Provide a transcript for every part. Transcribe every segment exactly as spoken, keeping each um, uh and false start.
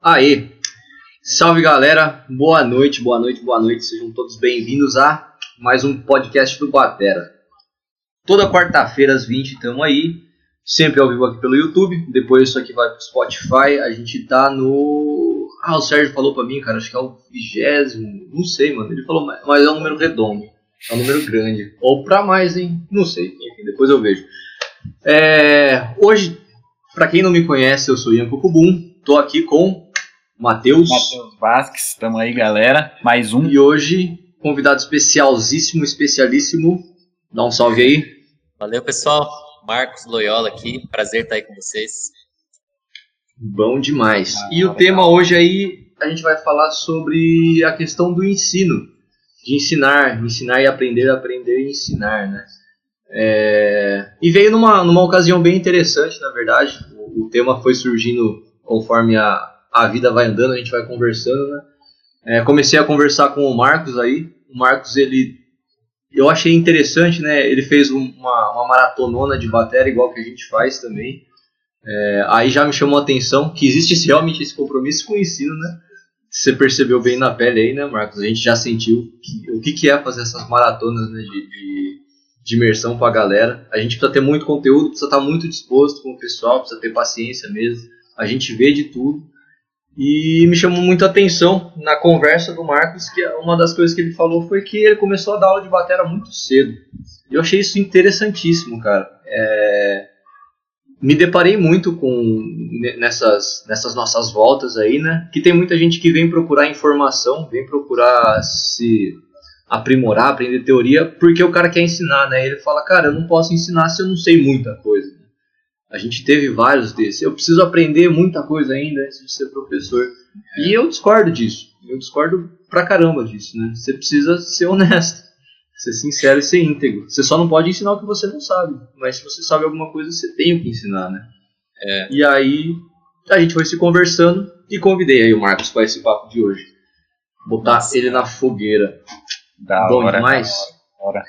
Aí, salve galera, boa noite, boa noite, boa noite, sejam todos bem-vindos a mais um podcast do Batera. Toda quarta-feira às vinte estamos aí, sempre ao vivo aqui pelo YouTube, depois isso aqui vai pro Spotify, a gente tá no... Ah, o Sérgio falou pra mim, cara, acho que é o vigésimo, não sei, mano, ele falou, mas é um número redondo, é um número grande, ou pra mais, hein, não sei, enfim, depois eu vejo. É... Hoje, pra quem não me conhece, eu sou Ian Cocubum, tô aqui com... Matheus. Matheus Vasques, estamos aí, galera. Mais um. E hoje, convidado especialzíssimo, especialíssimo. Dá um salve aí. Valeu, pessoal. Marcos Loyola aqui. Prazer estar aí com vocês. Bom demais. Ah, e o legal. tema hoje aí, a gente vai falar sobre a questão do ensino. De ensinar, ensinar e aprender, aprender e ensinar, né? É... E veio numa, numa ocasião bem interessante, na verdade. O, o tema foi surgindo conforme a... a vida vai andando, a gente vai conversando, né? É, comecei a conversar com o Marcos aí. O Marcos, ele... Eu achei interessante, né? Ele fez um, uma, uma maratonona de bateria, igual que a gente faz também. É, aí já me chamou a atenção que existe realmente esse compromisso com o ensino, né? Você percebeu bem na pele aí, né, Marcos? A gente já sentiu que, o que, que é fazer essas maratonas, né, de, de, de imersão pra galera. A gente precisa ter muito conteúdo, precisa estar muito disposto com o pessoal, precisa ter paciência mesmo. A gente vê de tudo. E me chamou muito a atenção na conversa do Marcos que uma das coisas que ele falou foi que ele começou a dar aula de bateria muito cedo. Eu achei isso interessantíssimo, cara. É... Me deparei muito com nessas, nessas nossas voltas aí, né? Que tem muita gente que vem procurar informação, vem procurar se aprimorar, aprender teoria, porque o cara quer ensinar, né? Ele fala, cara, eu não posso ensinar se eu não sei muita coisa. A gente teve vários desses. Eu preciso aprender muita coisa ainda antes de ser professor. É. E eu discordo disso. Eu discordo pra caramba disso, né? Você precisa ser honesto, ser sincero e ser íntegro. Você só não pode ensinar o que você não sabe. Mas se você sabe alguma coisa, você tem o que ensinar, né? É. E aí, a gente foi se conversando e convidei aí o Marcos para esse papo de hoje. Botar Nossa, ele na fogueira. Da Bom hora, demais. Da hora.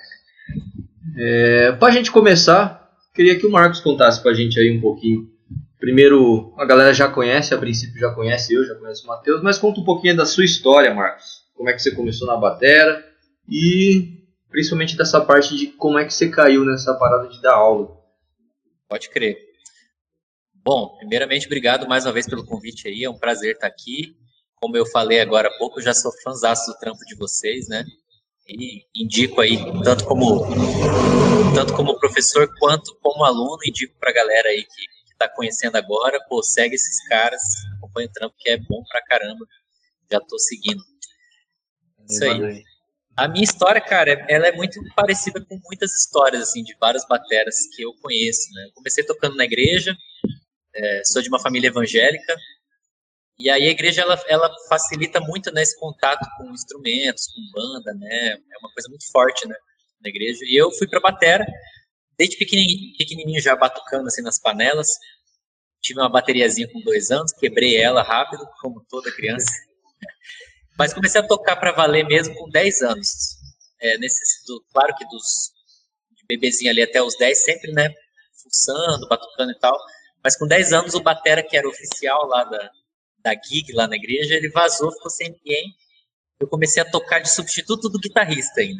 É, pra gente começar... Queria que o Marcos contasse pra gente aí um pouquinho. Primeiro, a galera já conhece, a princípio já conhece eu, já conhece o Matheus, mas conta um pouquinho da sua história, Marcos. Como é que você começou na bateria e principalmente dessa parte de como é que você caiu nessa parada de dar aula. Pode crer. Bom, primeiramente, obrigado mais uma vez pelo convite aí, é um prazer estar aqui. Como eu falei agora há pouco, eu já sou fãzaço do trampo de vocês, né? E indico aí, tanto como, tanto como professor quanto como aluno, indico pra galera aí que, que tá conhecendo agora, pô, segue esses caras, acompanha o trampo que é bom pra caramba, já tô seguindo. Isso aí. A minha história, cara, ela é muito parecida com muitas histórias, assim, de várias bateras que eu conheço, né? Eu comecei tocando na igreja, é, sou de uma família evangélica, e aí a igreja, ela, ela facilita muito, né, esse contato com instrumentos, com banda, né, é uma coisa muito forte, né, na igreja. E eu fui pra batera, desde pequenininho, pequenininho já batucando, assim, nas panelas. Tive uma bateriazinha com dois anos, quebrei ela rápido, como toda criança. Mas comecei a tocar pra valer mesmo com dez anos. É, nesse, do, claro que dos de bebezinho ali até os dez, sempre, né, fuçando, batucando e tal. Mas com dez anos, o batera, que era oficial lá da... da gig lá na igreja, ele vazou, ficou sem ninguém. Eu comecei a tocar de substituto do guitarrista ainda.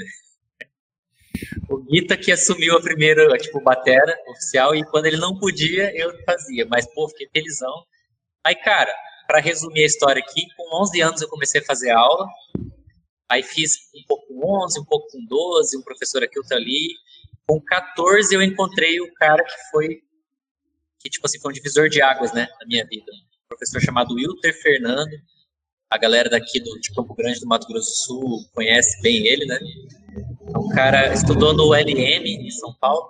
O Guita que assumiu a primeira, tipo, batera oficial, e quando ele não podia, eu fazia. Mas, pô, fiquei felizão. Aí, cara, pra resumir a história aqui, com onze anos eu comecei a fazer aula. Aí fiz um pouco com onze, um pouco com doze, um professor aqui, outro ali. Com quatorze eu encontrei o cara que foi, que, tipo assim, foi um divisor de águas, né, na minha vida. Um professor chamado Wilter Fernando, a galera daqui do, de Campo Grande do Mato Grosso do Sul conhece bem ele, né? O cara estudou no L M em São Paulo,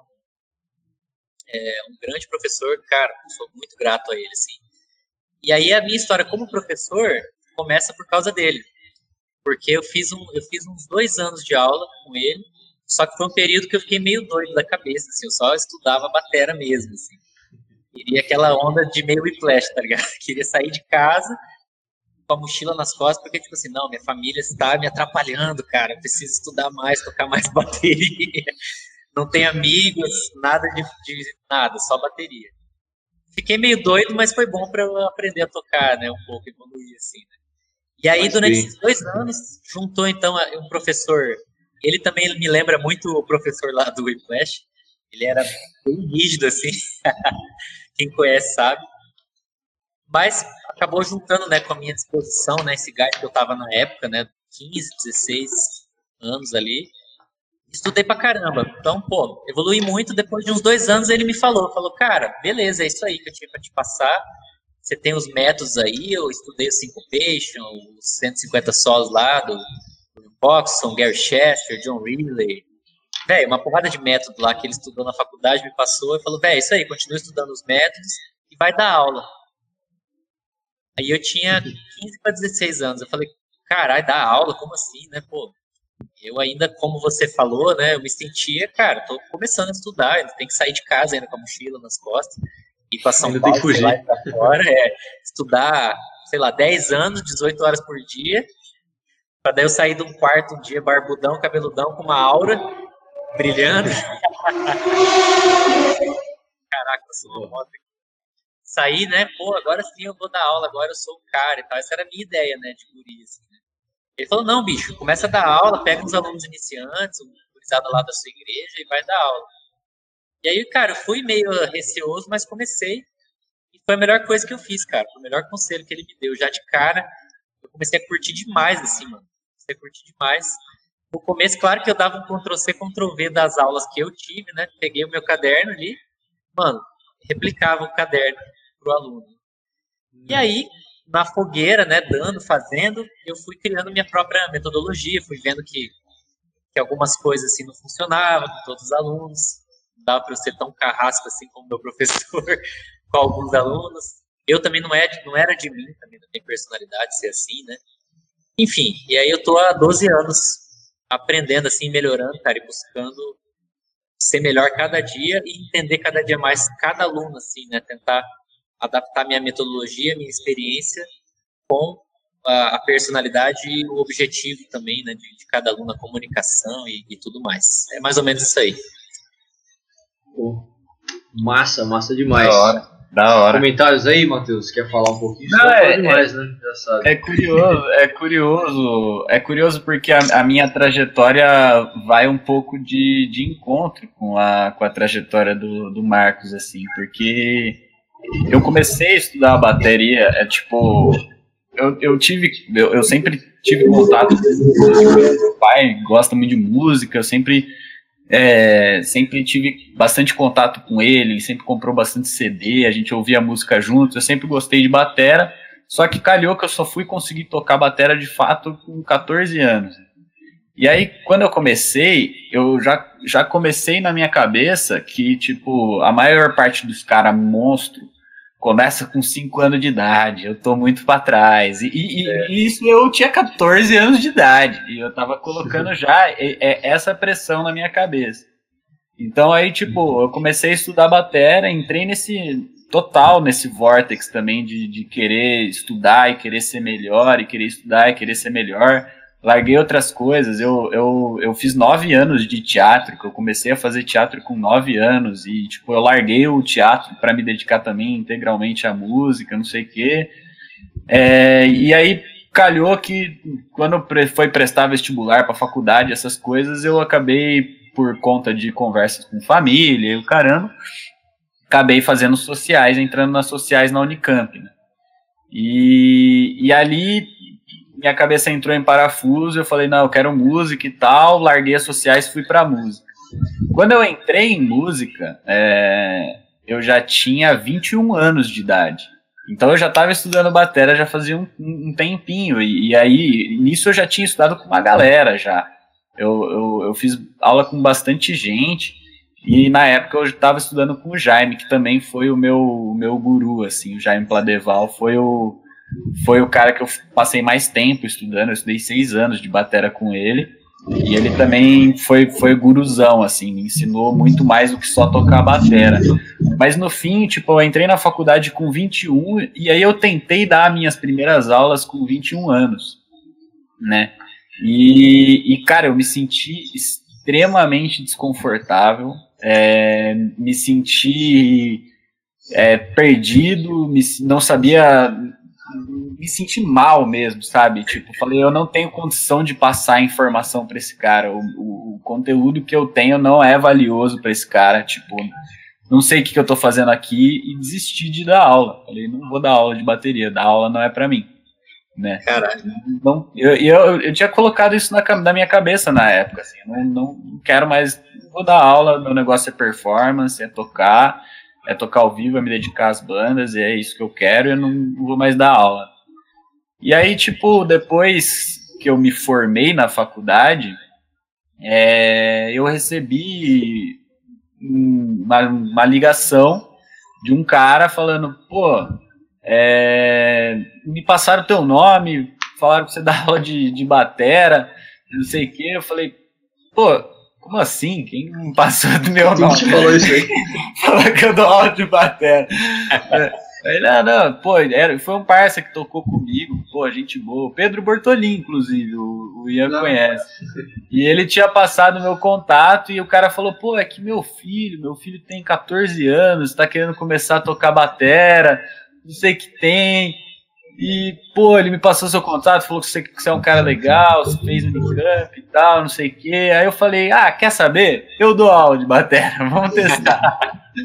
é um grande professor, cara, sou muito grato a ele, assim. E aí a minha história como professor começa por causa dele, porque eu fiz, um, eu fiz uns dois anos de aula com ele, só que foi um período que eu fiquei meio doido da cabeça, assim, eu só estudava batera mesmo, assim. Queria aquela onda de meio whiplash, tá ligado? Queria sair de casa com a mochila nas costas, porque, tipo assim, não, minha família está me atrapalhando, cara, eu preciso estudar mais, tocar mais bateria. Não tem amigos, nada de, de nada, só bateria. fiquei meio doido, mas foi bom para eu aprender a tocar, né? Um pouco, evoluir, assim, né? E aí, Mas durante bem. esses dois anos, juntou, então, um professor... Ele também me lembra muito o professor lá do Whiplash. Ele era bem rígido, assim. Quem conhece sabe. Mas acabou juntando, né, com a minha disposição, né, esse gás que eu tava na época, né, quinze, dezesseis anos ali. Estudei pra caramba. Então, pô, evolui muito. Depois de uns dois anos, ele me falou, falou, cara, beleza, é isso aí que eu tinha pra te passar. Você tem os métodos aí, eu estudei o Syncopation, os cento e cinquenta solos lá do, do Boxon, Gary Chester, John Ridley. Velho, uma porrada de método lá que ele estudou na faculdade, me passou e falou, velho, é isso aí, continua estudando os métodos e vai dar aula. Aí eu tinha quinze para dezesseis anos. Eu falei, caralho, dá aula? Como assim, né? Pô, eu ainda, como você falou, né? Eu me sentia, cara, tô começando a estudar, ainda tem que sair de casa ainda com a mochila nas costas, ir pra São Ainda Paulo, tem que sei lá, fugir. ir pra fora, é, estudar, sei lá, dez anos, dezoito horas por dia, pra daí eu sair de um quarto um dia, barbudão, cabeludão, com uma aura, brilhando. Caraca, eu sou uma moto. Sair, né? Pô, agora sim eu vou dar aula, agora eu sou o cara e tal. Essa era a minha ideia, né, de guri, assim, né? Ele falou, não, bicho, começa a dar aula, pega uns alunos iniciantes, um gurizada lá da sua igreja e vai dar aula. E aí, cara, eu fui meio receoso, mas comecei. E foi a melhor coisa que eu fiz, cara. Foi o melhor conselho que ele me deu. Já de cara, eu comecei a curtir demais, assim, mano. Comecei a curtir demais. No começo, claro que eu dava um control C, control V das aulas que eu tive, né? Peguei o meu caderno ali, mano, replicava o caderno pro aluno. E aí, na fogueira, né, dando, fazendo, eu fui criando minha própria metodologia, fui vendo que, que algumas coisas assim não funcionavam com todos os alunos, não dava para eu ser tão carrasco assim como meu professor com alguns alunos. Eu também não, é de, não era de mim, também da minha personalidade ser assim, né? Enfim, e aí eu tô há doze anos aprendendo assim, melhorando, cara, e buscando ser melhor cada dia e entender cada dia mais cada aluno, assim, né? Tentar adaptar minha metodologia, minha experiência com a, a personalidade e o objetivo também, né, de, de cada aluno, a comunicação e, e tudo mais. É mais ou menos isso aí. Pô, massa, massa demais. Da hora, da hora. Comentários aí, Matheus? Quer falar um pouquinho? Não, Já é- falou demais, né? Já sabe. É curioso, é curioso, é curioso porque a, a minha trajetória vai um pouco de, de encontro com a, com a trajetória do, do Marcos, assim, porque eu comecei a estudar a bateria, é tipo, eu, eu tive, eu, eu sempre tive contato com meu pai, gosta muito de música, eu sempre, é, sempre tive bastante contato com ele, sempre comprou bastante C D, a gente ouvia música juntos, eu sempre gostei de batera, só que calhou que eu só fui conseguir tocar batera de fato com catorze anos. E aí, quando eu comecei, eu já, já comecei na minha cabeça que, tipo, a maior parte dos caras monstro começa com cinco anos de idade, eu tô muito pra trás. E, e, É. e isso eu tinha catorze anos de idade, e eu tava colocando já e- e- essa pressão na minha cabeça. Então aí, tipo, eu comecei a estudar batera, entrei nesse, total nesse vortex também de, de querer estudar e querer ser melhor, e querer estudar e querer ser melhor. Larguei outras coisas, eu, eu, eu fiz nove anos de teatro, que eu comecei a fazer teatro com nove anos, e tipo, eu larguei o teatro para me dedicar também integralmente à música, não sei o quê. É, e aí calhou que quando pre- foi prestar vestibular para faculdade, essas coisas, eu acabei, por conta de conversas com família e o caramba, acabei fazendo sociais, entrando nas sociais na Unicamp, né? E, e ali minha cabeça entrou em parafuso, eu falei, não, eu quero música e tal, larguei as sociais e fui pra música. Quando eu entrei em música, é, eu já tinha vinte e um anos de idade. Então eu já estava estudando batera já fazia um, um tempinho, e, e aí nisso eu já tinha estudado com uma galera já. Eu, eu, eu fiz aula com bastante gente, e na época eu estava estudando com o Jaime, que também foi o meu, o meu guru, assim, o Jaime Pladeval foi o, foi o cara que eu passei mais tempo estudando, eu estudei seis anos de batera com ele, e ele também foi, foi guruzão, assim, me ensinou muito mais do que só tocar batera. Mas no fim, tipo, eu entrei na faculdade com vinte e um, e aí eu tentei dar minhas primeiras aulas com vinte e um anos, né? E, e cara, eu me senti extremamente desconfortável, é, me senti é, perdido, me, não sabia, me senti mal mesmo, sabe? Tipo, falei, eu não tenho condição de passar informação para esse cara, o, o, o conteúdo que eu tenho não é valioso para esse cara, tipo, não sei o que, que eu tô fazendo aqui, e desisti de dar aula. Falei, não vou dar aula de bateria, dar aula não é para mim, né? Caralho. Não, eu, eu, eu tinha colocado isso na, na minha cabeça na época, assim, não, não quero mais, não vou dar aula, meu negócio é performance, é tocar, é tocar ao vivo, é me dedicar às bandas, e é isso que eu quero, eu não, não vou mais dar aula. E aí, tipo, depois que eu me formei na faculdade, é, eu recebi uma, uma ligação de um cara falando, pô, é, me passaram o teu nome, falaram que você dá aula de, de batera, não sei o que. Eu falei, pô, como assim? Quem me passou do meu Quem nome? te falou isso aí? Falou que eu dou aula de batera. Aí, não, não, pô, era, foi um parça que tocou comigo, pô, gente boa. Pedro Bortolin, inclusive, o, o Ian não. conhece. E ele tinha passado meu contato e o cara falou, pô, é que meu filho, meu filho tem catorze anos, tá querendo começar a tocar batera, não sei o que tem. E, pô, ele me passou seu contato, falou que você, que você é um cara legal, você fez Unicamp e tal, não sei o que. Aí eu falei, ah, quer saber? Eu dou aula de batera, vamos testar.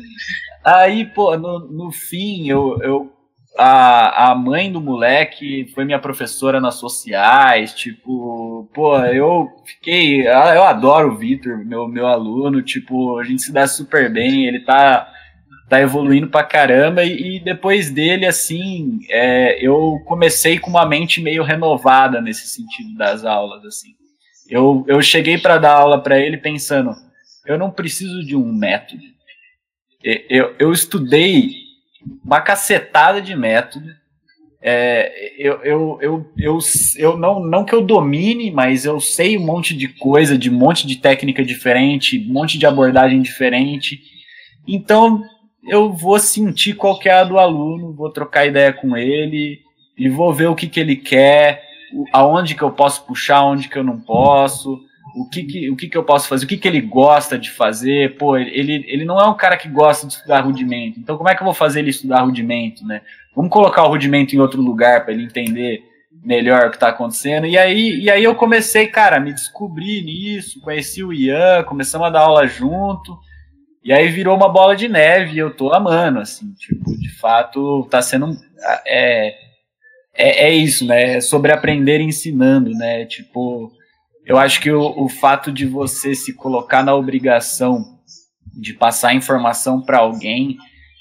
Aí, pô, no, no fim, eu, eu a, a mãe do moleque foi minha professora nas sociais, tipo, pô, eu fiquei, eu adoro o Vitor, meu, meu aluno, tipo, a gente se dá super bem, ele tá, tá evoluindo pra caramba, e, e depois dele, assim, é, eu comecei com uma mente meio renovada nesse sentido das aulas, assim. Eu, eu cheguei pra dar aula pra ele pensando, eu não preciso de um método. Eu, eu estudei uma cacetada de método, é, eu, eu, eu, eu, eu não, não que eu domine, mas eu sei um monte de coisa, de um monte de técnica diferente, um monte de abordagem diferente, então eu vou sentir qual que é a do aluno, vou trocar ideia com ele, e vou ver o que, que ele quer, aonde que eu posso puxar, aonde que eu não posso... O que que, o que que eu posso fazer, o que que ele gosta de fazer, pô, ele, ele não é um cara que gosta de estudar rudimento, então como é que eu vou fazer ele estudar rudimento, né? Vamos colocar o rudimento em outro lugar para ele entender melhor o que está acontecendo, e aí, e aí eu comecei, cara, a me descobrir nisso, conheci o Ian, começamos a dar aula junto, e aí virou uma bola de neve, e eu tô amando, assim, tipo, de fato, tá sendo, é, é, é isso, né, é sobre aprender ensinando, né, tipo... Eu acho que o, o fato de você se colocar na obrigação de passar informação para alguém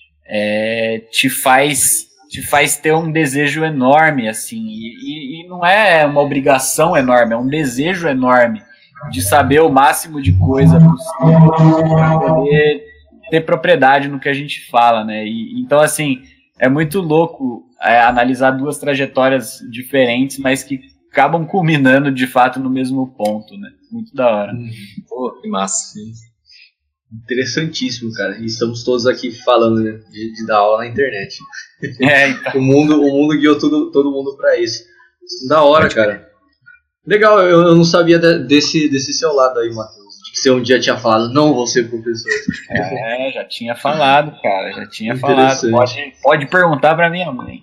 é, te faz te faz ter um desejo enorme, assim, e, e, e não é uma obrigação enorme, é um desejo enorme de saber o máximo de coisa possível para poder ter propriedade no que a gente fala, né? E, então, assim, é muito louco é, analisar duas trajetórias diferentes, mas que acabam culminando de fato no mesmo ponto, né? Muito da hora. Pô, que massa. Interessantíssimo, cara. E estamos todos aqui falando, né, de, de dar aula na internet. É, então. o, mundo, o mundo guiou tudo, todo mundo pra isso. Da hora, cara. Legal, eu, eu não sabia de, desse, desse seu lado aí, Matheus. De que você um dia tinha falado, não vou ser professor. É, já tinha falado, cara. Já tinha falado. Pode, pode perguntar pra minha mãe.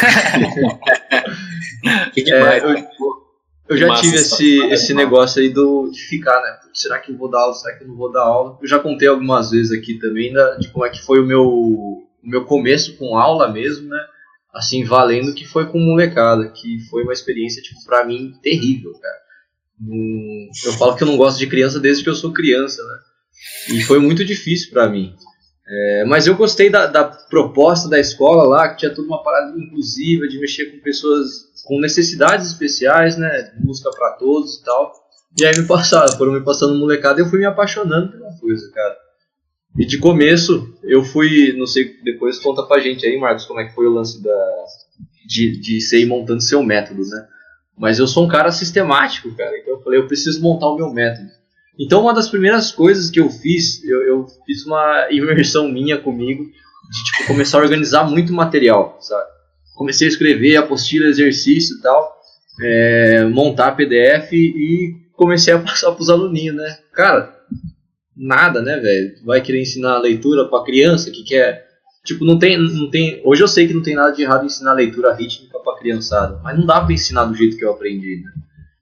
Que demais, é, eu, eu já tive esse, esse negócio aí do, de ficar, né? Será que eu vou dar aula? Será que eu não vou dar aula? Eu já contei algumas vezes aqui também da, de como é que foi o meu, o meu começo com aula mesmo, né? Assim, valendo, que foi com molecada, que foi uma experiência, tipo, pra mim, terrível, cara. Hum, eu falo que eu não gosto de criança desde que eu sou criança, né? E foi muito difícil pra mim. É, mas eu gostei da, da proposta da escola lá, que tinha toda uma parada inclusiva, de mexer com pessoas com necessidades especiais, né, música pra todos e tal. E aí me passaram, foram me passando molecada e eu fui me apaixonando pela coisa, cara. E de começo, eu fui, não sei, depois conta pra gente aí, Marcos, como é que foi o lance da, de, de você ir montando seu método, né. Mas eu sou um cara sistemático, cara, então eu falei, eu preciso montar o meu método. Então uma das primeiras coisas que eu fiz, eu, eu fiz uma imersão minha comigo, de tipo, começar a organizar muito material, sabe? Comecei a escrever apostila, exercício e tal, é, montar P D F e comecei a passar pros aluninhos, né? Cara, nada, né, velho? Vai querer ensinar leitura pra criança que quer, Tipo, não tem, não tem. Hoje eu sei que não tem nada de errado em ensinar leitura rítmica pra criançada, mas não dá pra ensinar do jeito que eu aprendi, né?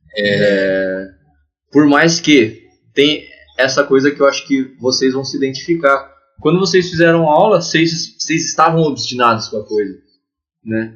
É, por mais que tem essa coisa que eu acho que vocês vão se identificar. Quando vocês fizeram aula, vocês, vocês estavam obstinados com a coisa, né?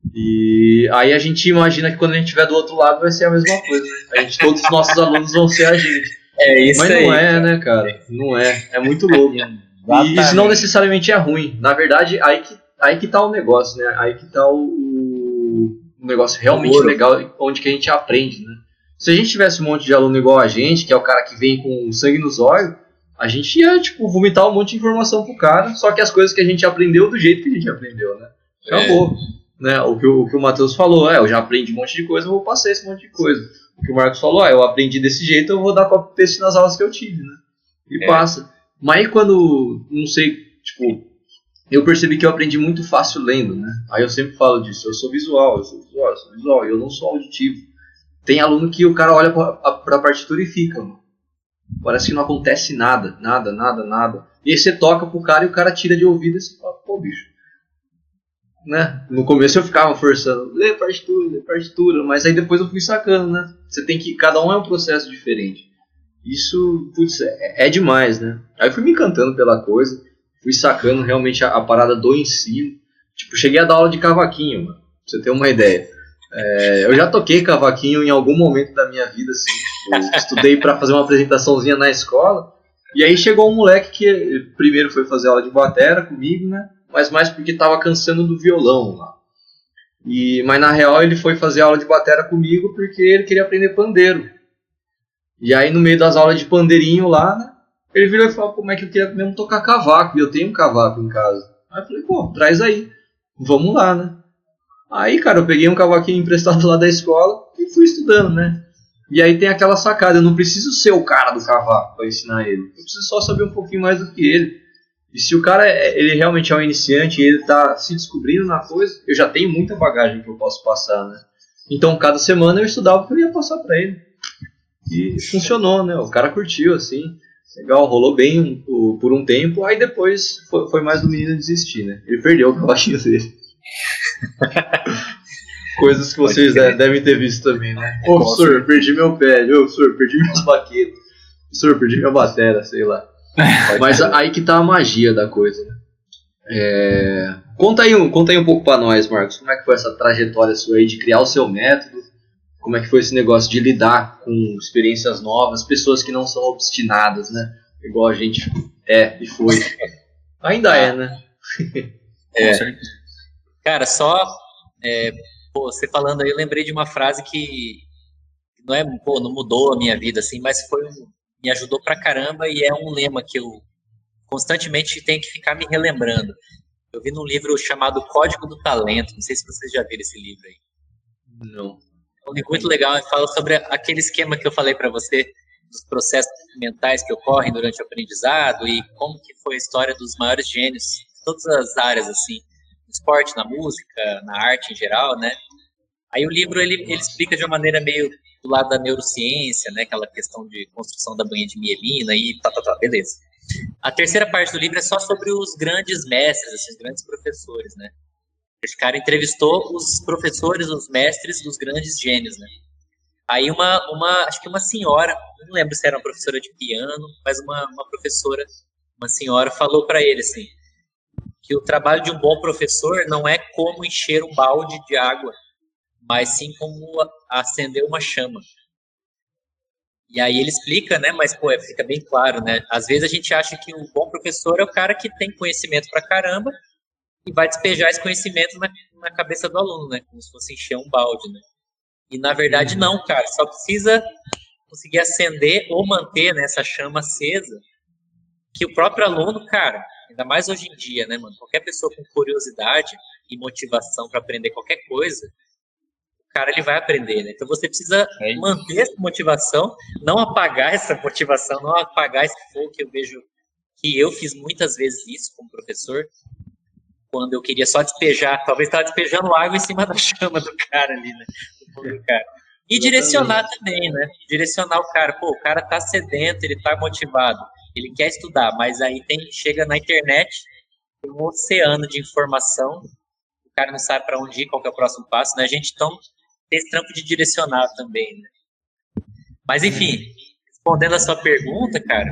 E aí a gente imagina que quando a gente estiver do outro lado vai ser a mesma coisa, né? A gente, todos os nossos alunos vão ser a gente. É isso mas aí. não é, né, cara? Não é. É muito louco. E isso não necessariamente é ruim. Na verdade, aí que, aí que tá o negócio, né? Aí que tá o, o negócio realmente Ouro. legal, onde que a gente aprende, né? Se a gente tivesse um monte de aluno igual a gente, que é o cara que vem com sangue nos olhos, a gente ia, tipo, vomitar um monte de informação pro cara, só que as coisas que a gente aprendeu do jeito que a gente aprendeu, né? Acabou. É. Né? O que o, o que o Matheus falou, é, eu já aprendi um monte de coisa, eu vou passar esse monte de coisa. O que o Marcos falou, é, eu aprendi desse jeito, eu vou dar copy-paste nas aulas que eu tive, né? E é. passa. Mas aí quando, não sei, tipo, eu percebi que eu aprendi muito fácil lendo, né? Aí eu sempre falo disso, eu sou visual, eu sou visual, eu sou visual, eu não sou auditivo. Tem aluno que o cara olha pra, pra partitura e fica, mano. Parece que não acontece nada, nada, nada, nada. E aí você toca pro cara e o cara tira de ouvido e você fala, pô, bicho. Né? No começo eu ficava forçando, lê partitura, lê partitura, mas aí depois eu fui sacando, né? Você tem que, cada um é um processo diferente. Isso, putz, é, é demais, né? Aí eu fui me encantando pela coisa, fui sacando realmente a, a parada do ensino. Tipo, cheguei a dar aula de cavaquinho, mano, pra você ter uma ideia. É, eu já toquei cavaquinho em algum momento da minha vida, assim. Eu estudei pra fazer uma apresentaçãozinha na escola. E aí chegou um moleque que primeiro foi fazer aula de batera comigo, né? Mas mais porque tava cansando do violão lá. E, mas na real ele foi fazer aula de batera comigo porque ele queria aprender pandeiro. E aí no meio das aulas de pandeirinho lá, né? Ele virou e falou, como é que eu queria mesmo tocar cavaco? E eu tenho um cavaco em casa. Aí eu falei, pô, traz aí. Vamos lá, né? Aí, cara, eu peguei um cavaquinho emprestado lá da escola e fui estudando, né? E aí tem aquela sacada, eu não preciso ser o cara do cavaco para ensinar ele. Eu preciso só saber um pouquinho mais do que ele. E se o cara, ele realmente é um iniciante e ele tá se descobrindo na coisa, eu já tenho muita bagagem que eu posso passar, né? Então, cada semana eu estudava o que eu ia passar para ele. E funcionou, né? O cara curtiu, assim. Legal, rolou bem um, por um tempo. Aí depois foi, foi mais do menino desistir, né? Ele perdeu o cavaquinho dele. Coisas que vocês devem ter visto também, né? Ô, professor, perdi meu pé. Ô, professor, perdi meus baquetos. Professor, perdi minha batera, sei lá. Mas aí que tá a magia da coisa, né? É... Conta aí, um, conta aí um pouco pra nós, Marcos. Como é que foi essa trajetória sua aí de criar o seu método? Como é que foi esse negócio de lidar com experiências novas, pessoas que não são obstinadas, né? Igual a gente é e foi. Ainda é, né? É. Cara, só é, pô, você falando aí, eu lembrei de uma frase que não é, pô, não mudou a minha vida, assim, mas foi um, me ajudou pra caramba e é um lema que eu constantemente tenho que ficar me relembrando. Eu vi num livro chamado Código do Talento, não sei se vocês já viram esse livro aí. Não. É um livro muito legal, ele fala sobre aquele esquema que eu falei pra você, dos processos mentais que ocorrem durante o aprendizado e como que foi a história dos maiores gênios, de todas as áreas, assim, no esporte, na música, na arte em geral, né? Aí o livro, ele, ele explica de uma maneira meio do lado da neurociência, né? Aquela questão de construção da banha de mielina e tá, tá, tá, beleza. A terceira parte do livro é só sobre os grandes mestres, assim, os grandes professores, né? Esse cara entrevistou os professores, os mestres dos grandes gênios, né? Aí uma, uma, acho que uma senhora, não lembro se era uma professora de piano, mas uma, uma professora, uma senhora falou para ele assim, que o trabalho de um bom professor não é como encher um balde de água, mas sim como acender uma chama. E aí ele explica, né, mas pô, fica bem claro, né? Às vezes a gente acha que o bom professor é o cara que tem conhecimento pra caramba e vai despejar esse conhecimento na, na cabeça do aluno, né? Como se fosse encher um balde, né? E na verdade não, cara, só precisa conseguir acender ou manter, né, essa chama acesa, que o próprio aluno, cara, ainda mais hoje em dia, né, mano, qualquer pessoa com curiosidade e motivação para aprender qualquer coisa, o cara, ele vai aprender, né? Então você precisa é manter essa motivação, não apagar essa motivação, não apagar esse fogo, que eu vejo que eu fiz muitas vezes isso como professor, quando eu queria só despejar, talvez estava despejando água em cima da chama do cara ali, né? Do cara. E direcionar também, né? Direcionar o cara. Pô, o cara tá sedento, ele tá motivado, ele quer estudar, mas aí tem, chega na internet, um oceano de informação, o cara não sabe para onde ir, qual que é o próximo passo, né? A gente, então, tem esse trampo de direcionar também, né? Mas, enfim, respondendo a sua pergunta, cara,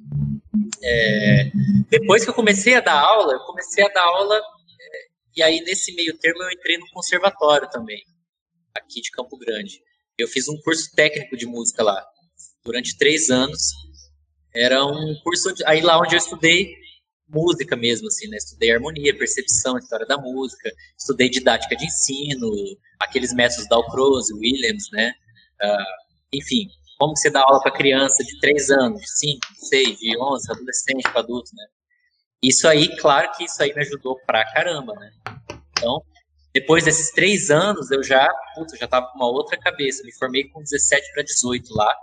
é, depois que eu comecei a dar aula, eu comecei a dar aula, é, e aí, nesse meio termo, eu entrei no conservatório também, aqui de Campo Grande. Eu fiz um curso técnico de música lá, durante três anos. Era um curso, de, aí lá onde eu estudei música mesmo, assim, né? Estudei harmonia, percepção, história da música, estudei didática de ensino, aqueles métodos Dalcroze, Williams, né? Uh, enfim, como que você dá aula para criança de três anos, de cinco, seis, de onze, adolescente, para adulto, né? Isso aí, claro que isso aí me ajudou pra caramba, né? Então, depois desses três anos, eu já, puta, já tava com uma outra cabeça. Me formei com dezessete para dezoito lá.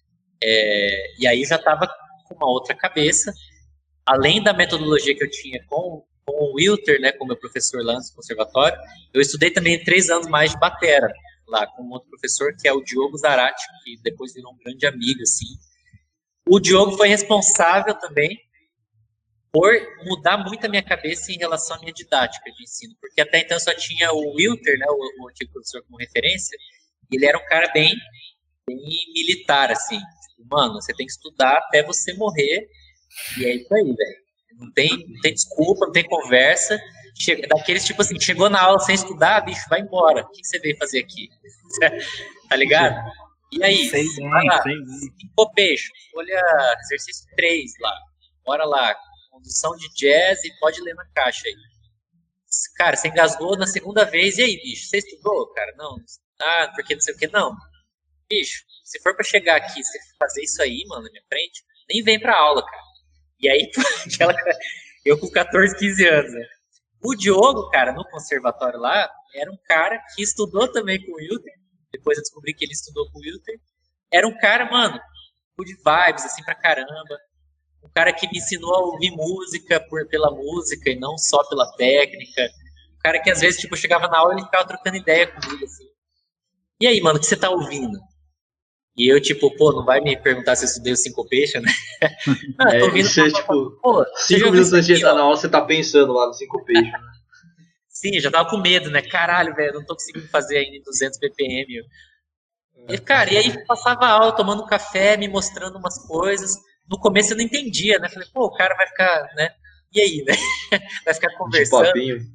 É, e aí já tava com uma outra cabeça. Além da metodologia que eu tinha com, com o Wilter, né, com o meu professor lá no conservatório, eu estudei também três anos mais de batera, lá com um outro professor, que é o Diogo Zarate, que depois virou um grande amigo, assim. O Diogo foi responsável também por mudar muito a minha cabeça em relação à minha didática de ensino, porque até então eu só tinha o Wilter, né, o, o antigo professor como referência, e ele era um cara bem, bem militar, assim, tipo, mano, você tem que estudar até você morrer, e é isso aí, velho. Não tem, não tem desculpa, não tem conversa. Chega, daqueles tipo assim, chegou na aula sem estudar, bicho, vai embora. O que você veio fazer aqui? Tá ligado? E aí, sei vai bem, lá. sei bem. Cinco peixes, olha exercício três lá. Bora lá. Condução de jazz e pode ler na caixa aí. Cara, você engasgou na segunda vez, e aí, bicho? Você estudou, cara? Não. Ah, porque não sei o que, não. Bicho, se for pra chegar aqui e você fazer isso aí, mano, na minha frente, nem vem pra aula, cara. E aí, aquela, eu com quatorze, quinze anos, né? O Diogo, cara, no conservatório lá, era um cara que estudou também com o Wilter. Depois eu descobri que ele estudou com o Wilter. Era um cara, mano, good vibes, assim, pra caramba. Um cara que me ensinou a ouvir música por, pela música e não só pela técnica. Um cara que, às vezes, tipo, eu chegava na aula e ele ficava trocando ideia comigo, assim. E aí, mano, o que você tá ouvindo? E eu, tipo, pô, não vai me perguntar se eu estudei o Syncopation, né? Não, eu tô ouvindo. É, isso é, tipo, pô, cinco minutos antes de entrar na aula, você tá pensando lá no Syncopation, né? Sim, eu já tava com medo, né? Caralho, velho, não tô conseguindo fazer ainda em duzentos B P M. E, cara, e aí passava a aula tomando café, me mostrando umas coisas. No começo eu não entendia, né? Falei, pô, o cara vai ficar, né? E aí, né? Vai ficar conversando.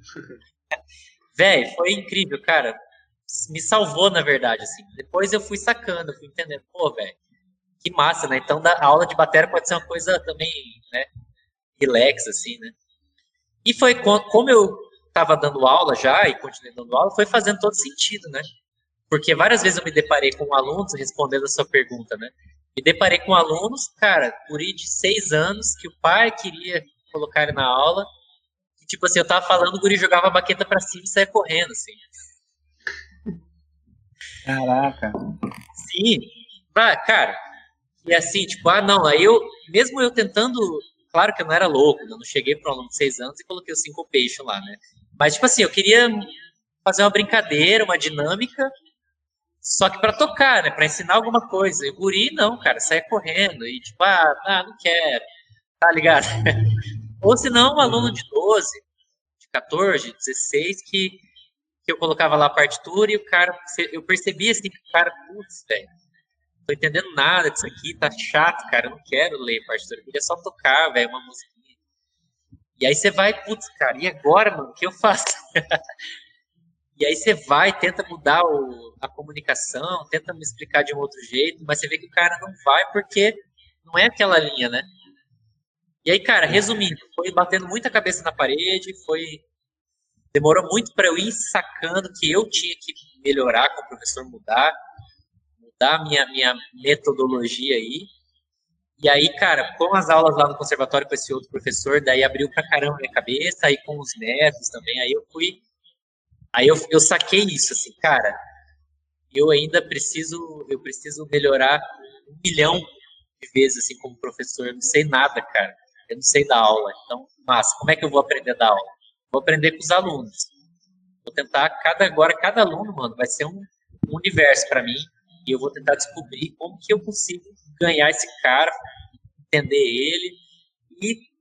Velho, foi incrível, cara. Me salvou, na verdade, assim. Depois eu fui sacando, eu fui entendendo, pô, velho, que massa, né? Então a aula de bateria pode ser uma coisa também, né, relax, assim, né? E foi como eu tava dando aula já, e continuei dando aula, foi fazendo todo sentido, né? Porque várias vezes eu me deparei com alunos, respondendo a sua pergunta, né? Me deparei com alunos, cara, guri de seis anos, que o pai queria colocar ele na aula, e tipo assim, eu tava falando, o guri jogava a baqueta pra cima e saia correndo, assim. Caraca. Sim, cara, e assim, tipo, ah, não, aí eu, mesmo eu tentando, claro que eu não era louco, eu não cheguei para um aluno de seis anos e coloquei o Syncopation lá, né? Mas, tipo assim, eu queria fazer uma brincadeira, uma dinâmica, só que para tocar, né? Para ensinar alguma coisa. E o guri, não, cara, saia correndo e tipo, ah, ah, não quero, tá ligado? Ou se não, um aluno de doze, de quatorze, dezesseis, que que eu colocava lá a partitura e o cara, eu percebia assim que o cara, putz, velho, não tô entendendo nada disso aqui, tá chato, cara, eu não quero ler partitura, eu queria só tocar, velho, uma musiquinha. E aí você vai, putz, cara, e agora, mano, o que eu faço? E aí você vai, tenta mudar o, a comunicação, tenta me explicar de um outro jeito, mas você vê que o cara não vai porque não é aquela linha, né? E aí, cara, resumindo, foi batendo muita cabeça na parede, foi... Demorou muito para eu ir sacando que eu tinha que melhorar com o professor, mudar, mudar a minha, minha metodologia aí. E aí, cara, com as aulas lá no conservatório com esse outro professor, daí abriu pra caramba a minha cabeça, aí com os netos também, aí eu fui... Aí eu, eu saquei isso, assim, cara, eu ainda preciso, eu preciso melhorar um milhão de vezes, assim, como professor, eu não sei nada, cara, eu não sei dar aula, então, mas como é que eu vou aprender a dar aula? Vou aprender com os alunos. Vou tentar, cada, agora, cada aluno, mano, vai ser um, um universo para mim. E eu vou tentar descobrir como que eu consigo ganhar esse cara, entender ele e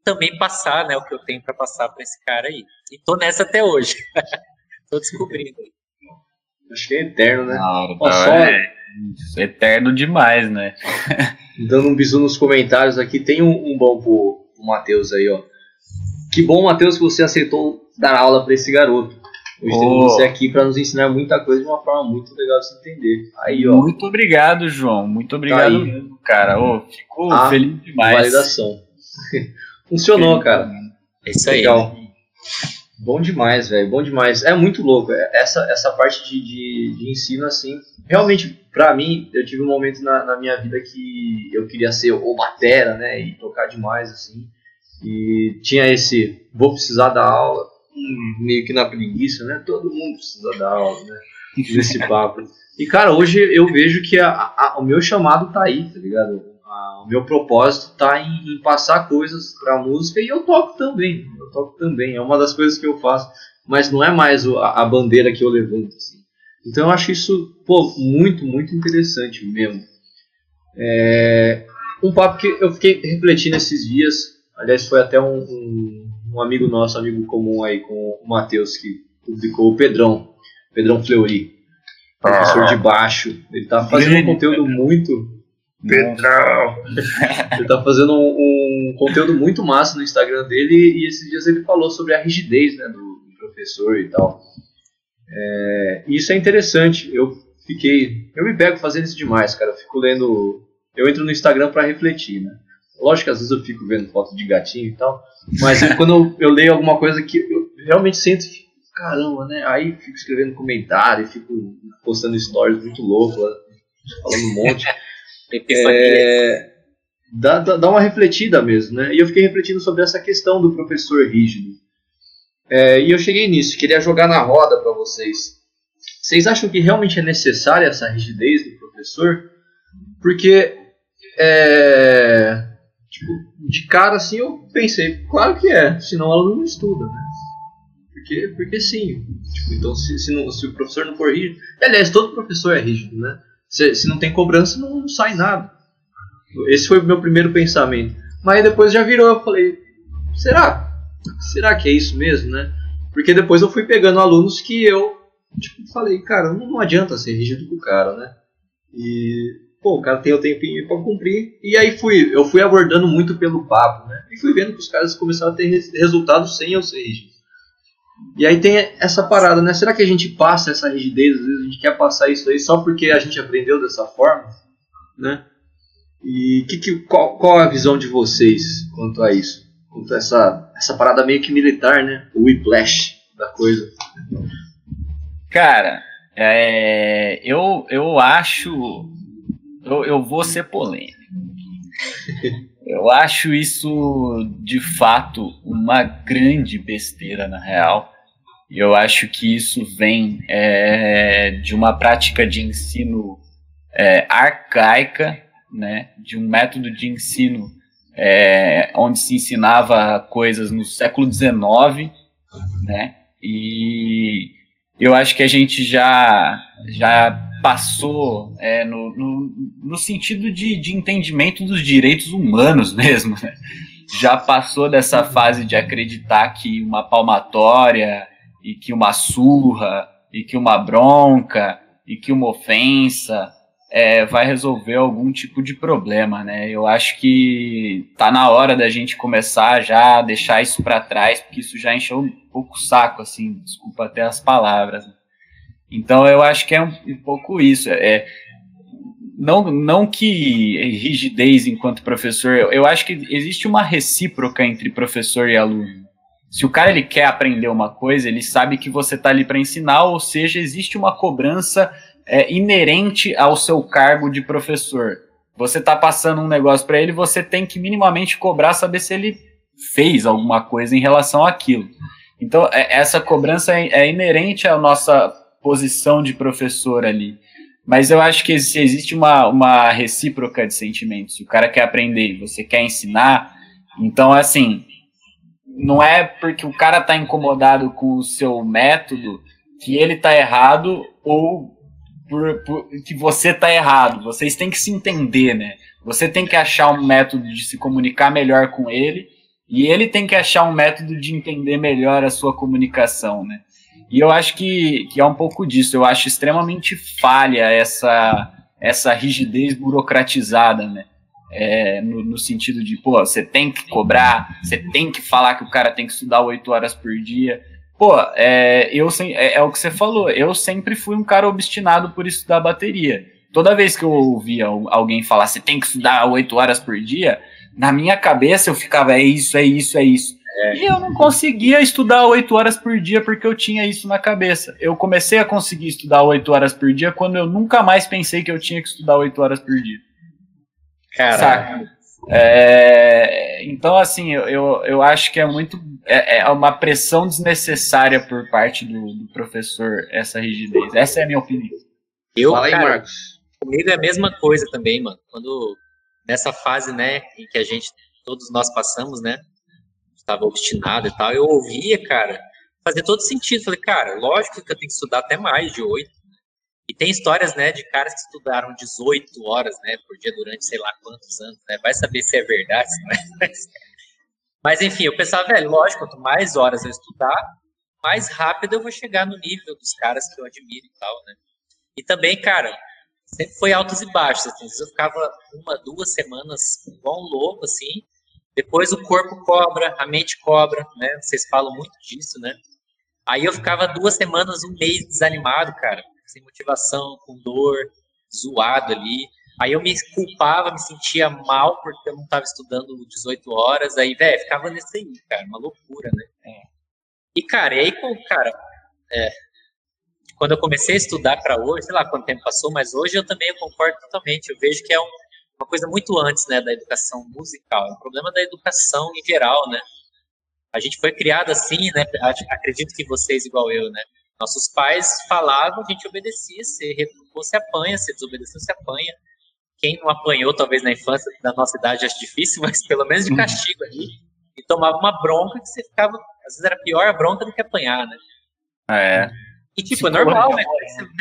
também passar, né, o que eu tenho para passar para esse cara aí. E tô nessa até hoje. Tô descobrindo. Acho que é eterno, né? Não, Ó, não, só é eterno demais, né? dando um bisu nos comentários aqui, tem um, um bom pro, pro Matheus aí, ó. Que bom, Matheus, que você aceitou dar aula para esse garoto. Hoje Oh. temos você aqui para nos ensinar muita coisa de uma forma muito legal de se entender. Aí, ó, Muito obrigado, João. Muito obrigado aí. mesmo, cara. Ô, fico Ah, feliz demais. validação. Funcionou, cara. É isso aí. Legal. Bom demais, velho. Bom demais. É muito louco. Essa, essa parte de, de, de ensino, assim, realmente, pra mim, eu tive um momento na, na minha vida que eu queria ser o batera, né? E tocar demais, assim. E tinha esse, vou precisar dar aula, hum, meio que na preguiça, né? Todo mundo precisa dar aula, né? Nesse papo. E, cara, hoje eu vejo que a, a, o meu chamado tá aí, tá ligado? A, o meu propósito tá em, em passar coisas pra música e eu toco também. Eu toco também. É uma das coisas que eu faço. Mas não é mais o, a, a bandeira que eu levanto, assim. Então eu acho isso, pô, muito, muito interessante mesmo. É, um papo que eu fiquei refletindo esses dias. Aliás, foi até um, um, um amigo nosso, amigo comum aí com o Matheus, que publicou o Pedrão, Pedrão Fleury, professor de baixo. Ele tá fazendo um conteúdo muito... Pedrão! Ele tá fazendo um, um conteúdo muito massa no Instagram dele e esses dias ele falou sobre a rigidez, né, do, do professor e tal. É, e isso é interessante. Eu fiquei... Eu me pego fazendo isso demais, cara. Eu fico lendo... Eu entro no Instagram pra refletir, né? Lógico que às vezes eu fico vendo foto de gatinho e tal, mas eu, quando eu, eu leio alguma coisa que eu realmente sinto, caramba, né? Aí fico escrevendo comentário, fico postando stories muito louco, falando um monte. é, dá, dá, dá uma refletida mesmo, né? E eu fiquei refletindo sobre essa questão do professor rígido. É, e eu cheguei nisso, queria jogar na roda para vocês. Vocês acham que realmente é necessária essa rigidez do professor? Porque... É... Tipo, de cara assim eu pensei, claro que é, senão o aluno não estuda, né? Porque, porque sim. Tipo, então se, se, não, se o professor não for rígido. E, aliás, todo professor é rígido, né? Se, se não tem cobrança, não, não sai nada. Esse foi o meu primeiro pensamento. Mas depois já virou, eu falei, será? Será que é isso mesmo, né? Porque depois eu fui pegando alunos que eu tipo, falei, cara, não, não adianta ser rígido com o cara, né? E. Pô, o cara tem o tempinho pra cumprir. E aí fui, eu fui abordando muito pelo papo, né? E fui vendo que os caras começaram a ter resultados sem eu ser rígido. E aí tem essa parada, né? Será que a gente passa essa rigidez? Às vezes a gente quer passar isso aí só porque a gente aprendeu dessa forma, né? E que, que, qual, qual a visão de vocês quanto a isso? Quanto a essa, essa parada meio que militar, né? O whiplash da coisa. Cara, é, eu, eu acho... Eu, eu vou ser polêmico. Eu acho isso, de fato, uma grande besteira, na real. E eu acho que isso vem é, de uma prática de ensino é, arcaica, né? De um método de ensino é, onde se ensinava coisas no século dezenove, né? E eu acho que a gente já... já passou é, no, no, no sentido de, de entendimento dos direitos humanos mesmo, né? Já passou dessa fase de acreditar que uma palmatória e que uma surra e que uma bronca e que uma ofensa é, vai resolver algum tipo de problema, né? Eu acho que tá na hora da gente começar já a deixar isso para trás, porque isso já encheu um pouco o saco, assim, desculpa até as palavras, né? Então eu acho que é um, um pouco isso. É, não, não que rigidez enquanto professor, eu, eu acho que existe uma recíproca entre professor e aluno. Se o cara ele quer aprender uma coisa, ele sabe que você está ali para ensinar, ou seja, existe uma cobrança é, inerente ao seu cargo de professor. Você está passando um negócio para ele, você tem que minimamente cobrar, saber se ele fez alguma coisa em relação àquilo. Então é, essa cobrança é, é inerente à nossa posição de professor ali, mas eu acho que existe uma, uma recíproca de sentimentos. Se o cara quer aprender e você quer ensinar, então assim, não é porque o cara tá incomodado com o seu método que ele tá errado ou por, por, que você tá errado. Vocês têm que se entender, né? Você tem que achar um método de se comunicar melhor com ele E ele tem que achar um método de entender melhor a sua comunicação, né? E eu acho que, que é um pouco disso. Eu acho extremamente falha essa, essa rigidez burocratizada, né? É, no, no sentido de, pô, você tem que cobrar, você tem que falar que o cara tem que estudar oito horas por dia. Pô, é, eu, é, é o que você falou, eu sempre fui um cara obstinado por estudar bateria. Toda vez que eu ouvia alguém falar, você tem que estudar oito horas por dia, na minha cabeça eu ficava, é isso, é isso, é isso. É. E eu não conseguia estudar oito horas por dia porque eu tinha isso na cabeça. Eu comecei a conseguir estudar oito horas por dia quando eu nunca mais pensei que eu tinha que estudar oito horas por dia. Caraca. É, então, assim, eu, eu, eu acho que é muito. É, é uma pressão desnecessária por parte do, do professor, essa rigidez. Essa é a minha opinião. Eu, Fala aí, cara, Marcos. Comigo é a mesma coisa também, mano. Quando nessa fase, né, em que a gente, todos nós passamos, né, estava obstinado e tal, eu ouvia, cara, fazia todo sentido. Falei, cara, lógico que eu tenho que estudar até mais de oito. E tem histórias, né, de caras que estudaram dezoito horas, né, por dia durante sei lá quantos anos, né, vai saber se é verdade, se não é. Mas, enfim, eu pensava, velho, lógico, quanto mais horas eu estudar, mais rápido eu vou chegar no nível dos caras que eu admiro e tal, né. E também, cara, sempre foi altos e baixos, assim, às vezes eu ficava uma, duas semanas igual um louco, assim, depois o corpo cobra, a mente cobra, né, vocês falam muito disso, né. Aí eu ficava duas semanas, um mês desanimado, cara, sem motivação, com dor, zoado ali. Aí eu me culpava, me sentia mal porque eu não estava estudando dezoito horas. Aí, velho, ficava nesse aí, cara, uma loucura, né? É. E, cara, e aí, cara, é, quando eu comecei a estudar para hoje, sei lá quanto tempo passou, mas hoje eu também eu concordo totalmente. Eu vejo que é um, uma coisa muito antes, né, da educação musical. É um problema da educação em geral, né? A gente foi criado assim, né? Acredito que vocês igual eu, né? Nossos pais falavam, a gente obedecia, se recuou, se apanha, se desobedeceu, se apanha. Quem não apanhou, talvez na infância, da nossa idade, acho difícil, mas pelo menos de castigo ali. E tomava uma bronca que você ficava, às vezes era pior a bronca do que apanhar, né? É. E tipo, é normal, né?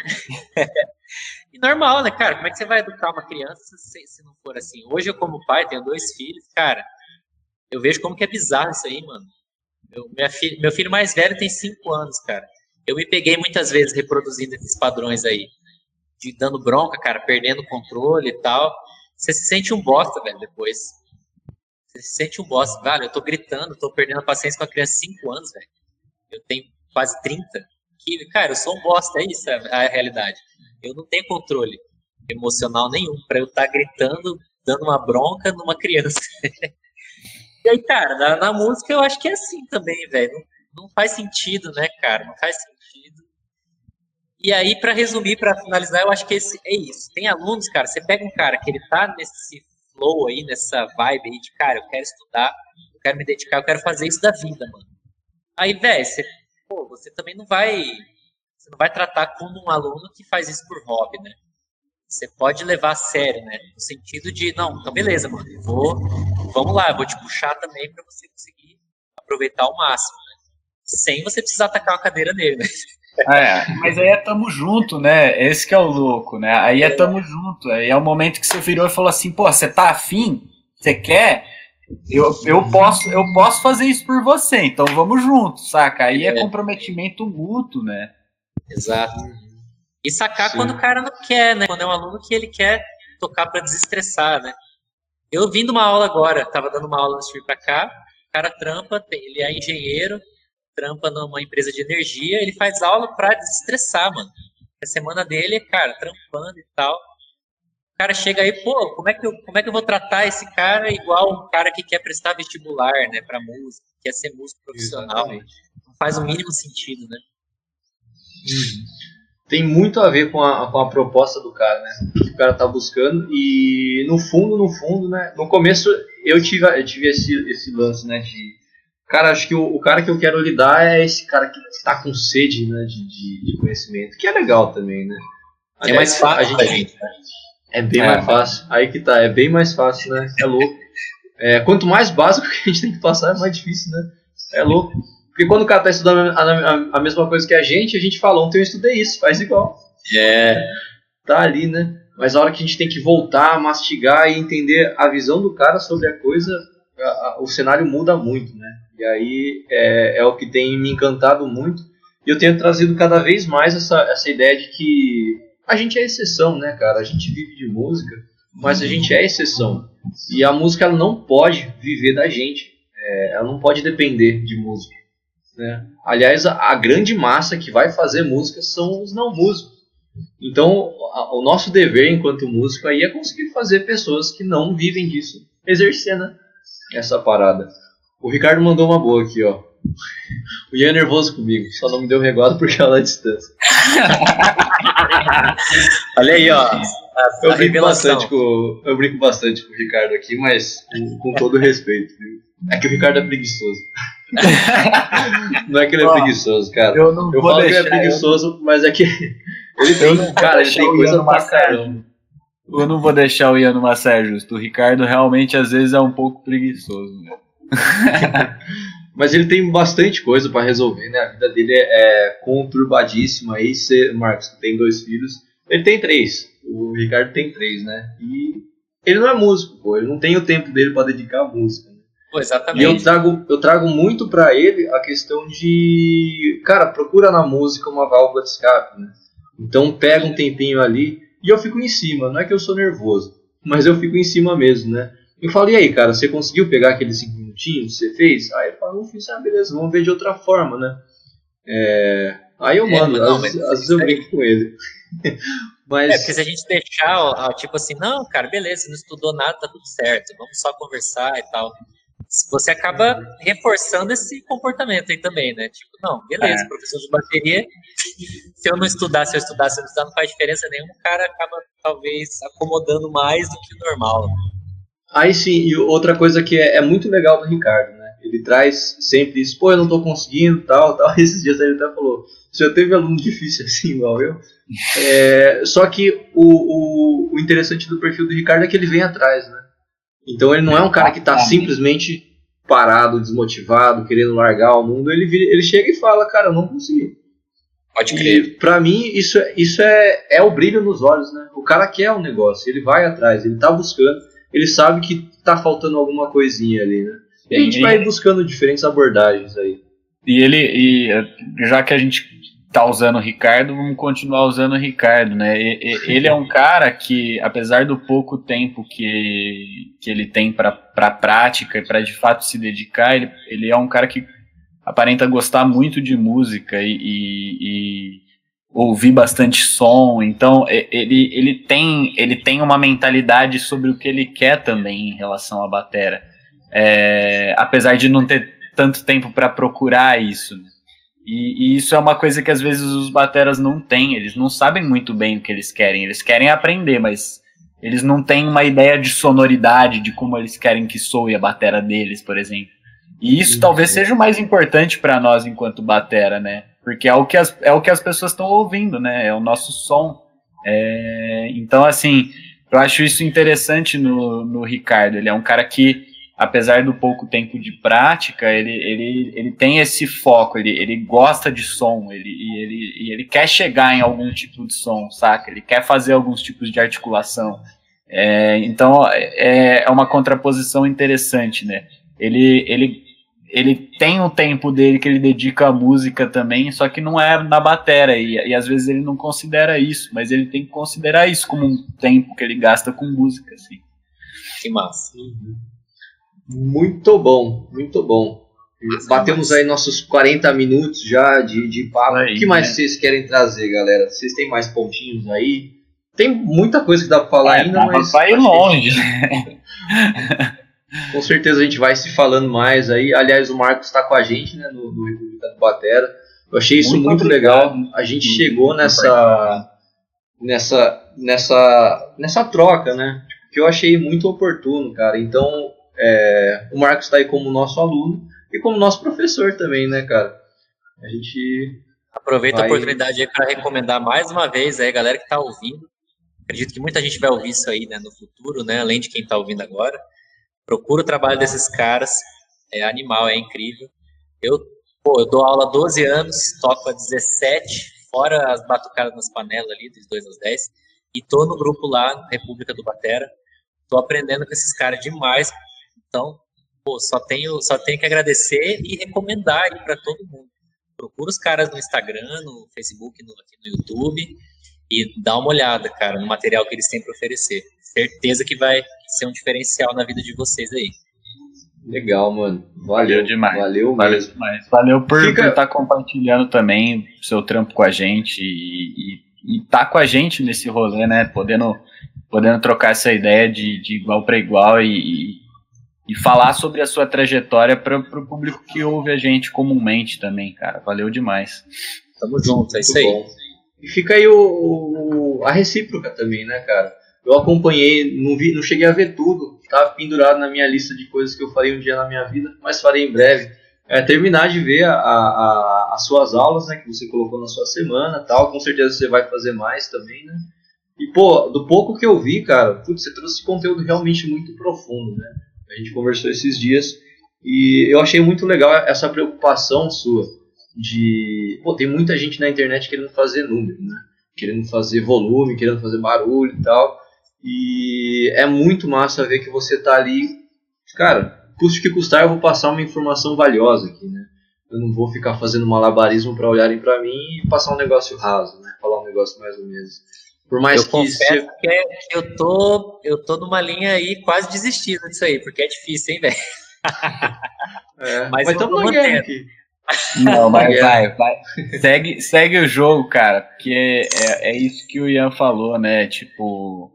E normal, né, cara? Como é que você vai educar uma criança se, se não for assim? Hoje eu, como pai, tenho dois filhos, cara, eu vejo como que é bizarro isso aí, mano. Meu, minha filha, meu filho mais velho tem cinco anos, cara. Eu me peguei muitas vezes reproduzindo esses padrões aí, de dando bronca, cara, perdendo o controle e tal. Você se sente um bosta, velho, depois. Você se sente um bosta. Velho, eu tô gritando, tô perdendo a paciência com a criança de cinco anos, velho. Eu tenho quase trinta. Que, cara, eu sou um bosta, é isso a realidade. Eu não tenho controle emocional nenhum pra eu estar tá gritando, dando uma bronca numa criança. E aí, cara, na, na música eu acho que é assim também, velho. Não, não faz sentido, né, cara? Não faz sentido. E aí, pra resumir, pra finalizar, eu acho que esse, é isso. Tem alunos, cara, você pega um cara que ele tá nesse flow aí, nessa vibe aí de, cara, eu quero estudar, eu quero me dedicar, eu quero fazer isso da vida, mano. Aí, velho, você, pô, você também não vai, você não vai tratar como um aluno que faz isso por hobby, né? Você pode levar a sério, né? No sentido de, não, então beleza, mano, eu vou, vamos lá, eu vou te puxar também pra você conseguir aproveitar ao máximo, né? Sem você precisar tacar uma cadeira nele, né? É, mas aí é tamo junto, né? Esse que é o louco, né? Aí é tamo junto. Aí é o momento que você virou e falou assim, pô, você tá afim? Você quer? Eu, eu, posso, eu posso fazer isso por você, então vamos junto, saca? Aí é, é comprometimento mútuo, né? Exato. E sacar Sim. quando o cara não quer, né? Quando é um aluno que ele quer tocar pra desestressar, né? Eu vim de uma aula agora, tava dando uma aula antes de vir pra cá, o cara trampa, ele é engenheiro, trampa numa empresa de energia, ele faz aula pra desestressar, mano. A semana dele é, cara, trampando e tal. O cara chega aí, pô, como é que eu, como é que eu vou tratar esse cara igual um cara que quer prestar vestibular, né, pra música, quer ser músico profissional. Exatamente. Não faz o mínimo sentido, né? Tem muito a ver com a, com a proposta do cara, né? O que o cara tá buscando. E no fundo, no fundo, né? No começo eu tive, eu tive esse, esse lance, né, de cara, acho que o, o cara que eu quero lidar é esse cara que está com sede, né, de, de, de conhecimento, que é legal também, né? Aliás, é mais fácil a gente, É bem é, mais fácil. Aí que tá, é bem mais fácil, né? É louco. É, quanto mais básico que a gente tem que passar, é mais difícil, né? É louco. Porque quando o cara tá estudando a, a, a mesma coisa que a gente, a gente fala, ontem eu estudei isso, faz igual. É. Tá ali, né? Mas a hora que a gente tem que voltar, mastigar e entender a visão do cara sobre a coisa, a, a, o cenário muda muito, né? E aí é, é o que tem me encantado muito. E eu tenho trazido cada vez mais essa, essa ideia de que a gente é exceção, né, cara? A gente vive de música, mas a gente é exceção. E a música ela não pode viver da gente. É, ela não pode depender de música, né? Aliás, a, a grande massa que vai fazer música são os não músicos. Então, a, o nosso dever enquanto músico aí é conseguir fazer pessoas que não vivem disso exercer, né, essa parada. O Ricardo mandou uma boa aqui, ó. O Ian é nervoso comigo, só não me deu reguado porque ela é a distância. Olha aí, ó. A, eu, a brinco bastante com, eu brinco bastante com o Ricardo aqui, mas com, com todo respeito. Viu? É que o Ricardo é preguiçoso. Não é que ele é ó, preguiçoso, cara. Eu, não eu falo deixar, que ele é preguiçoso, eu... mas é que ele tem, cara, ele tem coisa pra caramba. Eu não vou deixar o Ian numa saia justa. O Ricardo realmente às vezes é um pouco preguiçoso. Né? Mas ele tem bastante coisa pra resolver, né? A vida dele é, é conturbadíssima. Aí você, Marcos, que tem dois filhos, ele tem três. O Ricardo tem três, né? E ele não é músico, pô. Ele não tem o tempo dele pra dedicar à música. Né? Pô, exatamente. E eu trago, eu trago muito pra ele a questão de... Cara, procura na música uma válvula de escape, né? Então pega um tempinho ali e eu fico em cima. Não é que eu sou nervoso, mas eu fico em cima mesmo, né? Eu falo, e aí, cara, você conseguiu pegar aqueles cinco minutinhos? Você fez? Aí ele fala, não fiz, ah, beleza, vamos ver de outra forma, né? É... Aí eu mando, é, não, às, às vezes eu brinco com ele. Mas... É, porque se a gente deixar, ó, tipo assim, não, cara, beleza, você não estudou nada, tá tudo certo, vamos só conversar e tal. Você acaba reforçando esse comportamento aí também, né? Tipo, não, beleza, é. Professor de bateria, se eu não estudar, se eu estudar, se eu não estudar, não faz diferença nenhuma, o cara acaba, talvez, acomodando mais do que o normal. Aí sim, e outra coisa que é, é muito legal do Ricardo, né? Ele traz sempre isso, pô, eu não tô conseguindo, tal, tal. Esses dias ele até falou, você já teve aluno difícil assim, igual eu? É, só que o, o, o interessante do perfil do Ricardo é que ele vem atrás, né? Então ele não é um cara que tá simplesmente parado, desmotivado, querendo largar o mundo. Ele, ele chega e fala, cara, eu não consegui. Pode crer. E pra mim, isso, isso é, é o brilho nos olhos, né? O cara quer um negócio, ele vai atrás, ele tá buscando. Ele sabe que tá faltando alguma coisinha ali, né? E a gente vai buscando diferentes abordagens aí. E ele, e já que a gente tá usando o Ricardo, vamos continuar usando o Ricardo, né? E, e, ele é um cara que, apesar do pouco tempo que, que ele tem pra, pra prática e pra de fato se dedicar, ele, ele é um cara que aparenta gostar muito de música e, e, e ouvir bastante som, então ele, ele, tem, ele tem uma mentalidade sobre o que ele quer também em relação à batera, é, apesar de não ter tanto tempo para procurar isso, né? e, e isso é uma coisa que às vezes os bateras não têm, eles não sabem muito bem o que eles querem, eles querem aprender, mas eles não têm uma ideia de sonoridade, de como eles querem que soe a batera deles, por exemplo, e isso talvez seja o mais importante para nós enquanto batera, né? Porque é o que as, é o que as pessoas estão ouvindo, né? É o nosso som. É, então, assim, eu acho isso interessante no, no Ricardo. Ele é um cara que, apesar do pouco tempo de prática, ele, ele, ele tem esse foco, ele, ele gosta de som, ele, e ele, e ele quer chegar em algum tipo de som, saca? Ele quer fazer alguns tipos de articulação. É, então, é, é uma contraposição interessante, né? Ele... ele Ele tem o tempo dele que ele dedica à música também, só que não é na batera, e, e às vezes ele não considera isso, mas ele tem que considerar isso como um tempo que ele gasta com música, assim. Que massa. Muito bom, muito bom. Mas batemos é aí nossos quarenta minutos já de, de papo. Aí, o que mais né? vocês querem trazer, galera? Vocês têm mais pontinhos aí? Tem muita coisa que dá pra falar é, ainda, mas... Vai longe. Com certeza a gente vai se falando mais aí. Aliás, o Marcos está com a gente, né, no, no República do Batera. Eu achei isso muito, muito legal. A gente muito chegou nessa, nessa, nessa, nessa troca, né? Que eu achei muito oportuno, cara. Então, é, o Marcos está aí como nosso aluno e como nosso professor também, né, cara? A gente aproveita vai... a oportunidade aí para recomendar mais uma vez aí, galera que está ouvindo. Acredito que muita gente vai ouvir isso aí, né, no futuro, né? Além de quem está ouvindo agora. Procura o trabalho desses caras, é animal, é incrível. Eu, pô, eu dou aula há doze anos, toco há dezessete, fora as batucadas nas panelas ali, dos dois aos dez, e tô no grupo lá, República do Batera, tô aprendendo com esses caras demais, então pô, só tenho, só tenho que agradecer e recomendar aí para todo mundo. Procura os caras no Instagram, no Facebook, no, aqui no YouTube e dá uma olhada, cara, no material que eles têm para oferecer. Certeza que vai ser um diferencial na vida de vocês aí. Legal, mano. Valeu, Valeu demais. Valeu, valeu mesmo. demais. Valeu por Fica... estar compartilhando também o seu trampo com a gente e, e, e tá com a gente nesse rolê, né? Podendo, podendo trocar essa ideia de, de igual para igual e, e, e falar sobre a sua trajetória para o público que ouve a gente comumente também, cara. Valeu demais. Tamo junto, é isso aí. Bom. E fica aí o, o, a recíproca também, né, cara? Eu acompanhei, não, vi, não cheguei a ver tudo, tá pendurado na minha lista de coisas que eu farei um dia na minha vida, mas farei em breve. É, terminar de ver a, a, as suas aulas, né, que você colocou na sua semana, tal, com certeza você vai fazer mais também, né? E, pô, do pouco que eu vi, cara, putz, você trouxe conteúdo realmente muito profundo, né? A gente conversou esses dias e eu achei muito legal essa preocupação sua de... Pô, tem muita gente na internet querendo fazer número, né? Querendo fazer volume, querendo fazer barulho e tal. E é muito massa ver que você tá ali, cara, custe o que custar, eu vou passar uma informação valiosa aqui, né? Eu não vou ficar fazendo malabarismo para olharem para mim e passar um negócio raso, né? Falar um negócio mais ou menos. Por mais eu que confesso se... que é, eu tô eu tô numa linha aí quase desistindo disso aí, porque é difícil, hein, velho? É, mas mas eu estamos tô na guerra mantendo. aqui. Não, mas vai, vai. Segue, segue o jogo, cara, porque é, é, é isso que o Ian falou, né? Tipo,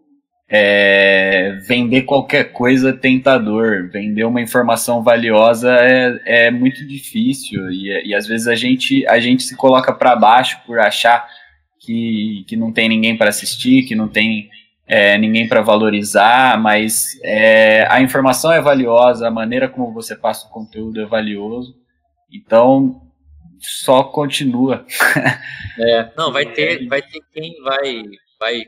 é, vender qualquer coisa é tentador, vender uma informação valiosa é, é muito difícil e, e às vezes a gente, a gente se coloca para baixo por achar que, que não tem ninguém para assistir, que não tem é, ninguém para valorizar, mas é, a informação é valiosa, a maneira como você passa o conteúdo é valioso. Então, só continua. É, não, vai ter, vai ter quem vai, vai,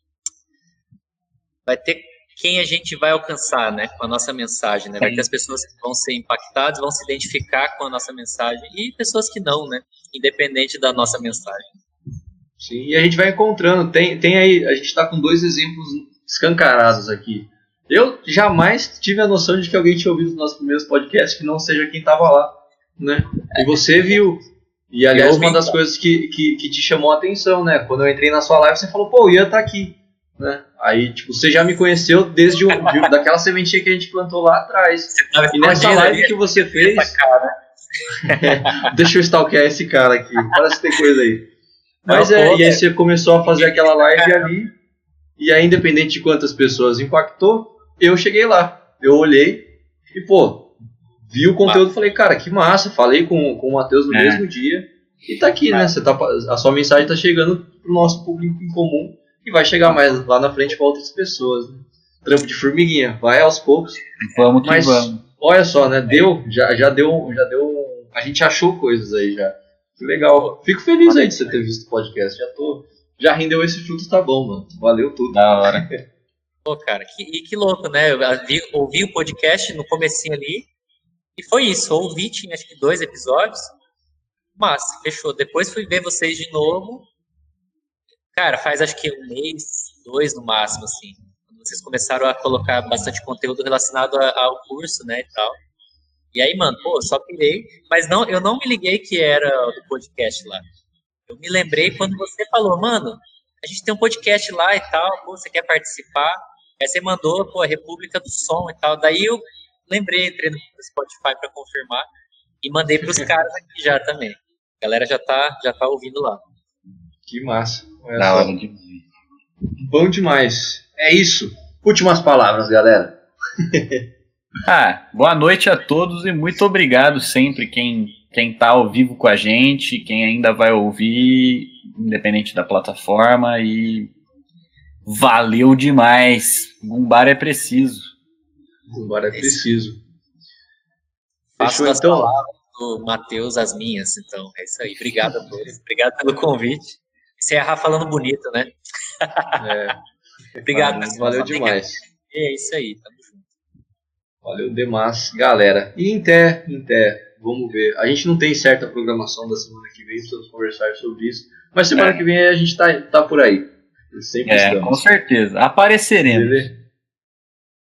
vai ter quem a gente vai alcançar, né, com a nossa mensagem, né? Vai ter as pessoas que vão ser impactadas, vão se identificar com a nossa mensagem e pessoas que não, né, independente da nossa mensagem. Sim, e a gente vai encontrando. Tem, tem aí, a gente está com dois exemplos escancarados aqui. Eu jamais tive a noção de que alguém tinha ouvido os nossos primeiros podcasts que não seja quem estava lá. Né? E você viu. E aliás, uma das coisas que, que, que te chamou a atenção, né? Quando eu entrei na sua live, você falou, pô, o Ian tá aqui. Né? Aí, tipo, você já me conheceu desde o, de, daquela sementinha que a gente plantou lá atrás. E nessa live que você fez. Deixa eu stalkear esse cara aqui. Parece que tem coisa aí. Mas Não, é, pô, e aí você começou a fazer aquela live ali. E aí, independente de quantas pessoas impactou, eu cheguei lá. Eu olhei e, pô. Vi o conteúdo e falei, cara, que massa. Falei com, com o Matheus no é. mesmo dia. E tá aqui, né? Você tá, a sua mensagem tá chegando pro nosso público em comum. E vai chegar mais lá na frente para outras pessoas. Né? Trampo de formiguinha. Vai aos poucos. Vamos que Mas, vamos. Olha só, né? Deu, já, já deu. Já deu. A gente achou coisas aí já. Que legal. Fico feliz aí de você ter visto o podcast. Já tô. Já rendeu esse fruto, tá bom, mano. Valeu tudo. Da hora. Pô, cara, que, e que louco, né? Eu vi, ouvi o podcast no comecinho ali. E foi isso, ouvi, tinha acho que dois episódios, mas fechou. Depois fui ver vocês de novo, cara, faz acho que um mês, dois no máximo, assim. Vocês começaram a colocar bastante conteúdo relacionado a, ao curso, né, e tal. E aí, mano, pô, só pirei, mas não, eu não me liguei que era do podcast lá. Eu me lembrei quando você falou, mano, a gente tem um podcast lá e tal, pô, você quer participar? Aí você mandou, pô, a República do Som e tal, daí eu lembrei, entrei no Spotify para confirmar e mandei para os caras aqui já também. A galera já tá, já tá ouvindo lá. Que massa. Da hora de... Bom demais. É isso. Últimas palavras, galera. ah, boa noite a todos e muito obrigado sempre quem, quem tá ao vivo com a gente, quem ainda vai ouvir, independente da plataforma, e valeu demais. Gumbar é preciso. Agora é preciso. Faço das então. Palavras do Matheus as minhas, então. É isso aí. Obrigado a todos. Obrigado pelo convite. Você errar falando bonito, né? É. Obrigado. Valeu, valeu demais. É isso aí. Tamo junto. Valeu demais, galera. E em té, em té, vamos ver. A gente não tem certa programação da semana que vem, precisamos conversar sobre isso. Mas semana é. que vem a gente tá, tá por aí. Sempre é, estamos. Com certeza. Apareceremos. Beleza?